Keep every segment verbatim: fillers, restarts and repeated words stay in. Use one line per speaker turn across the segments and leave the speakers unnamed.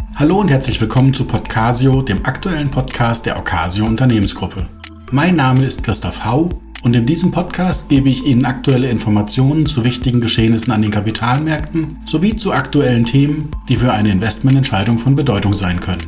Hallo und herzlich willkommen zu Podcasio, dem aktuellen Podcast der Ocasio Unternehmensgruppe. Mein Name ist Christoph Hau und in diesem Podcast gebe ich Ihnen aktuelle Informationen zu wichtigen Geschehnissen an den Kapitalmärkten sowie zu aktuellen Themen, die für eine Investmententscheidung von Bedeutung sein können.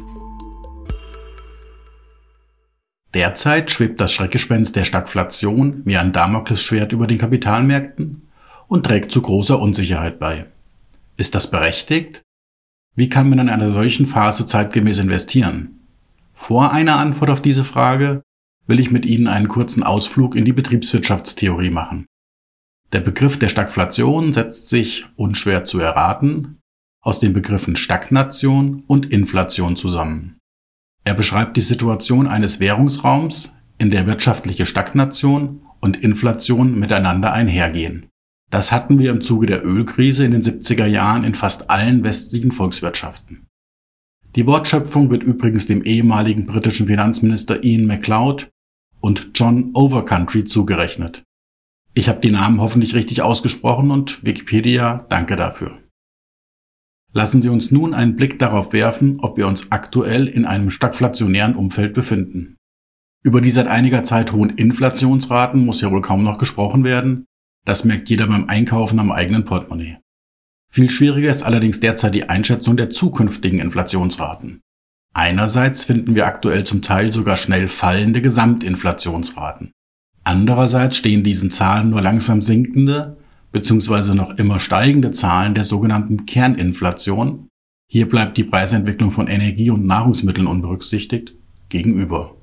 Derzeit schwebt das Schreckgespenst der Stagflation wie ein Damoklesschwert über den Kapitalmärkten und trägt zu großer Unsicherheit bei. Ist das berechtigt? Wie kann man in einer solchen Phase zeitgemäß investieren? Vor einer Antwort auf diese Frage will ich mit Ihnen einen kurzen Ausflug in die Betriebswirtschaftstheorie machen. Der Begriff der Stagflation setzt sich, unschwer zu erraten, aus den Begriffen Stagnation und Inflation zusammen. Er beschreibt die Situation eines Währungsraums, in der wirtschaftliche Stagnation und Inflation miteinander einhergehen. Das hatten wir im Zuge der Ölkrise in den siebziger Jahren in fast allen westlichen Volkswirtschaften. Die Wortschöpfung wird übrigens dem ehemaligen britischen Finanzminister Ian MacLeod und John Overcountry zugerechnet. Ich habe die Namen hoffentlich richtig ausgesprochen und Wikipedia danke dafür. Lassen Sie uns nun einen Blick darauf werfen, ob wir uns aktuell in einem stagflationären Umfeld befinden. Über die seit einiger Zeit hohen Inflationsraten muss ja wohl kaum noch gesprochen werden. Das merkt jeder beim Einkaufen am eigenen Portemonnaie. Viel schwieriger ist allerdings derzeit die Einschätzung der zukünftigen Inflationsraten. Einerseits finden wir aktuell zum Teil sogar schnell fallende Gesamtinflationsraten. Andererseits stehen diesen Zahlen nur langsam sinkende bzw. noch immer steigende Zahlen der sogenannten Kerninflation, hier bleibt die Preisentwicklung von Energie und Nahrungsmitteln unberücksichtigt, gegenüber.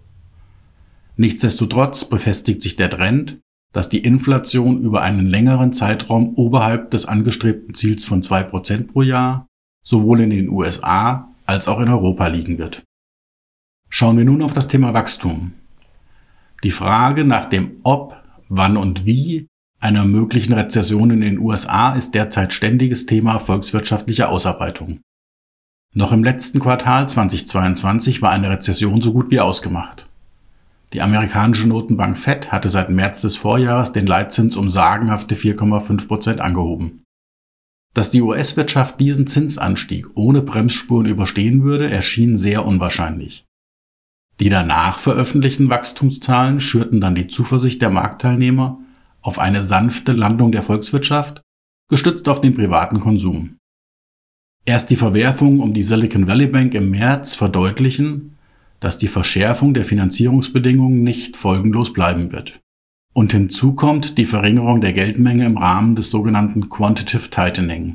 Nichtsdestotrotz befestigt sich der Trend, dass die Inflation über einen längeren Zeitraum oberhalb des angestrebten Ziels von zwei Prozent pro Jahr sowohl in den U S A als auch in Europa liegen wird. Schauen wir nun auf das Thema Wachstum. Die Frage nach dem Ob, wann und wie einer möglichen Rezession in den U S A ist derzeit ständiges Thema volkswirtschaftlicher Ausarbeitung. Noch im letzten Quartal zweitausendzweiundzwanzig war eine Rezession so gut wie ausgemacht. Die amerikanische Notenbank Fed hatte seit März des Vorjahres den Leitzins um sagenhafte vier Komma fünf Prozent angehoben. Dass die U S-Wirtschaft diesen Zinsanstieg ohne Bremsspuren überstehen würde, erschien sehr unwahrscheinlich. Die danach veröffentlichten Wachstumszahlen schürten dann die Zuversicht der Marktteilnehmer auf eine sanfte Landung der Volkswirtschaft, gestützt auf den privaten Konsum. Erst die Verwerfungen um die Silicon Valley Bank im März verdeutlichen, dass die Verschärfung der Finanzierungsbedingungen nicht folgenlos bleiben wird. Und hinzu kommt die Verringerung der Geldmenge im Rahmen des sogenannten Quantitative Tightening.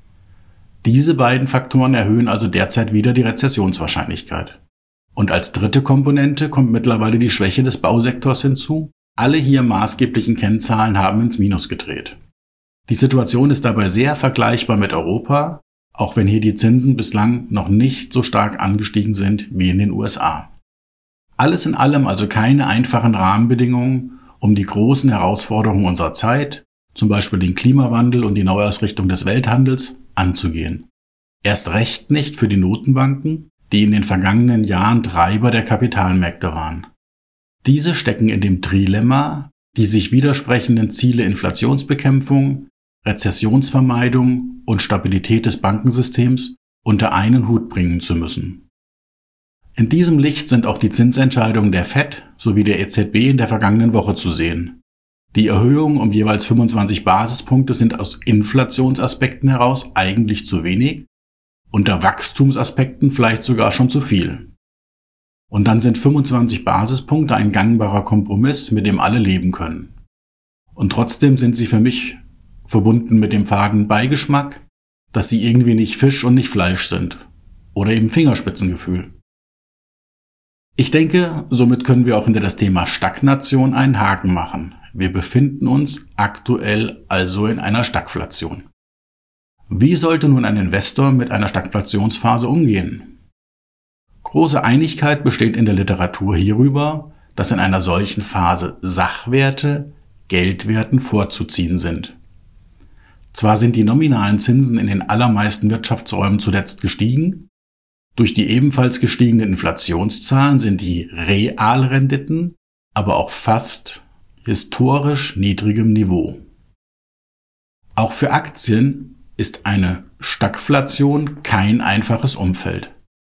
Diese beiden Faktoren erhöhen also derzeit wieder die Rezessionswahrscheinlichkeit. Und als dritte Komponente kommt mittlerweile die Schwäche des Bausektors hinzu. Alle hier maßgeblichen Kennzahlen haben ins Minus gedreht. Die Situation ist dabei sehr vergleichbar mit Europa, auch wenn hier die Zinsen bislang noch nicht so stark angestiegen sind wie in den U S A. Alles in allem also keine einfachen Rahmenbedingungen, um die großen Herausforderungen unserer Zeit, zum Beispiel den Klimawandel und die Neuausrichtung des Welthandels, anzugehen. Erst recht nicht für die Notenbanken, die in den vergangenen Jahren Treiber der Kapitalmärkte waren. Diese stecken in dem Trilemma, die sich widersprechenden Ziele Inflationsbekämpfung, Rezessionsvermeidung und Stabilität des Bankensystems unter einen Hut bringen zu müssen. In diesem Licht sind auch die Zinsentscheidungen der Fed sowie der E Z B in der vergangenen Woche zu sehen. Die Erhöhungen um jeweils fünfundzwanzig Basispunkte sind aus Inflationsaspekten heraus eigentlich zu wenig, unter Wachstumsaspekten vielleicht sogar schon zu viel. Und dann sind fünfundzwanzig Basispunkte ein gangbarer Kompromiss, mit dem alle leben können. Und trotzdem sind sie für mich verbunden mit dem faden Beigeschmack, dass sie irgendwie nicht Fisch und nicht Fleisch sind. Oder eben Fingerspitzengefühl. Ich denke, somit können wir auch hinter das Thema Stagnation einen Haken machen. Wir befinden uns aktuell also in einer Stagflation. Wie sollte nun ein Investor mit einer Stagflationsphase umgehen? Große Einigkeit besteht in der Literatur hierüber, dass in einer solchen Phase Sachwerte Geldwerten vorzuziehen sind. Zwar sind die nominalen Zinsen in den allermeisten Wirtschaftsräumen zuletzt gestiegen, durch die ebenfalls gestiegenen Inflationszahlen sind die Realrenditen aber auch fast historisch niedrigem Niveau. Auch für Aktien ist eine Stagflation kein einfaches Umfeld.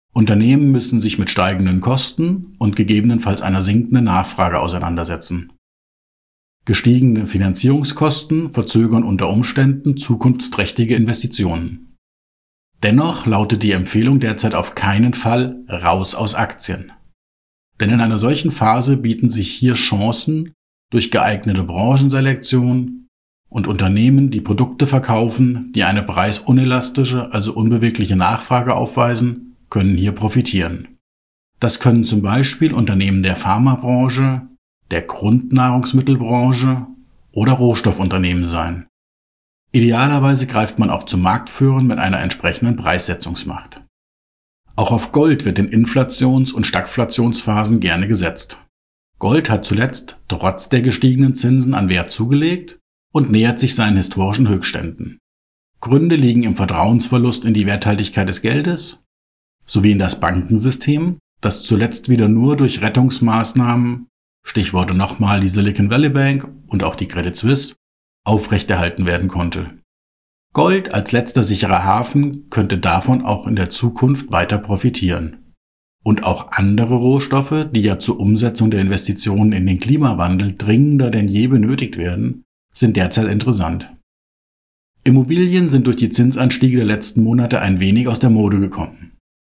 Unternehmen müssen sich mit steigenden Kosten und gegebenenfalls einer sinkenden Nachfrage auseinandersetzen. Gestiegene Finanzierungskosten verzögern unter Umständen zukunftsträchtige Investitionen. Dennoch lautet die Empfehlung derzeit auf keinen Fall raus aus Aktien. Denn in einer solchen Phase bieten sich hier Chancen durch geeignete Branchenselektion und Unternehmen, die Produkte verkaufen, die eine preisunelastische, also unbewegliche Nachfrage aufweisen, können hier profitieren. Das können zum Beispiel Unternehmen der Pharmabranche, der Grundnahrungsmittelbranche oder Rohstoffunternehmen sein. Idealerweise greift man auch zu Marktführern mit einer entsprechenden Preissetzungsmacht. Auch auf Gold wird in Inflations- und Stagflationsphasen gerne gesetzt. Gold hat zuletzt trotz der gestiegenen Zinsen an Wert zugelegt und nähert sich seinen historischen Höchstständen. Gründe liegen im Vertrauensverlust in die Werthaltigkeit des Geldes sowie in das Bankensystem, das zuletzt wieder nur durch Rettungsmaßnahmen, Stichworte nochmal die Silicon Valley Bank und auch die Credit Suisse, aufrechterhalten werden konnte. Gold als letzter sicherer Hafen könnte davon auch in der Zukunft weiter profitieren. Und auch andere Rohstoffe, die ja zur Umsetzung der Investitionen in den Klimawandel dringender denn je benötigt werden, sind derzeit interessant. Immobilien sind durch die Zinsanstiege der letzten Monate ein wenig aus der Mode gekommen.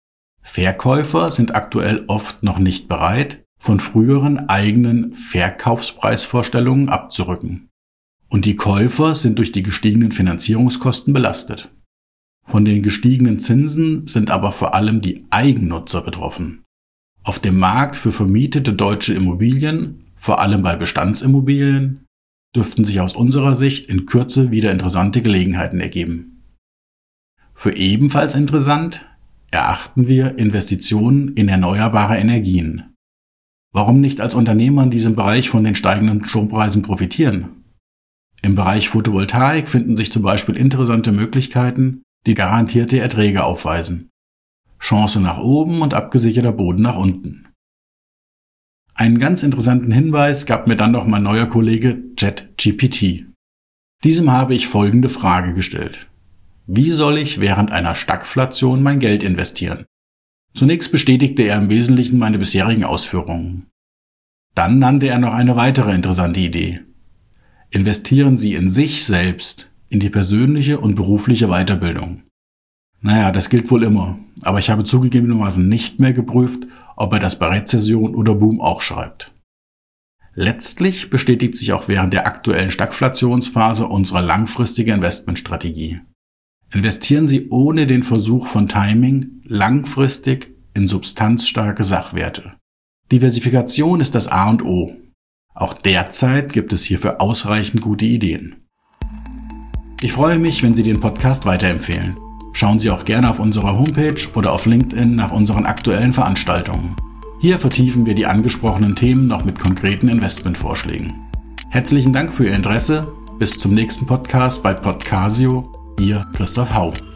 Verkäufer sind aktuell oft noch nicht bereit, von früheren eigenen Verkaufspreisvorstellungen abzurücken. Und die Käufer sind durch die gestiegenen Finanzierungskosten belastet. Von den gestiegenen Zinsen sind aber vor allem die Eigennutzer betroffen. Auf dem Markt für vermietete deutsche Immobilien, vor allem bei Bestandsimmobilien, dürften sich aus unserer Sicht in Kürze wieder interessante Gelegenheiten ergeben. Für ebenfalls interessant erachten wir Investitionen in erneuerbare Energien. Warum nicht als Unternehmer in diesem Bereich von den steigenden Strompreisen profitieren? Im Bereich Photovoltaik finden sich zum Beispiel interessante Möglichkeiten, die garantierte Erträge aufweisen. Chance nach oben und abgesicherter Boden nach unten. Einen ganz interessanten Hinweis gab mir dann noch mein neuer Kollege ChatGPT. Diesem habe ich folgende Frage gestellt. Wie soll ich während einer Stagflation mein Geld investieren? Zunächst bestätigte er im Wesentlichen meine bisherigen Ausführungen. Dann nannte er noch eine weitere interessante Idee. Investieren Sie in sich selbst, in die persönliche und berufliche Weiterbildung. Naja, das gilt wohl immer, aber ich habe zugegebenermaßen nicht mehr geprüft, ob er das bei Rezession oder Boom auch schreibt. Letztlich bestätigt sich auch während der aktuellen Stagflationsphase unsere langfristige Investmentstrategie. Investieren Sie ohne den Versuch von Timing langfristig in substanzstarke Sachwerte. Diversifikation ist das A und O. Auch derzeit gibt es hierfür ausreichend gute Ideen. Ich freue mich, wenn Sie den Podcast weiterempfehlen. Schauen Sie auch gerne auf unserer Homepage oder auf LinkedIn nach unseren aktuellen Veranstaltungen. Hier vertiefen wir die angesprochenen Themen noch mit konkreten Investmentvorschlägen. Herzlichen Dank für Ihr Interesse. Bis zum nächsten Podcast bei Podcasio. Ihr Christoph Hau.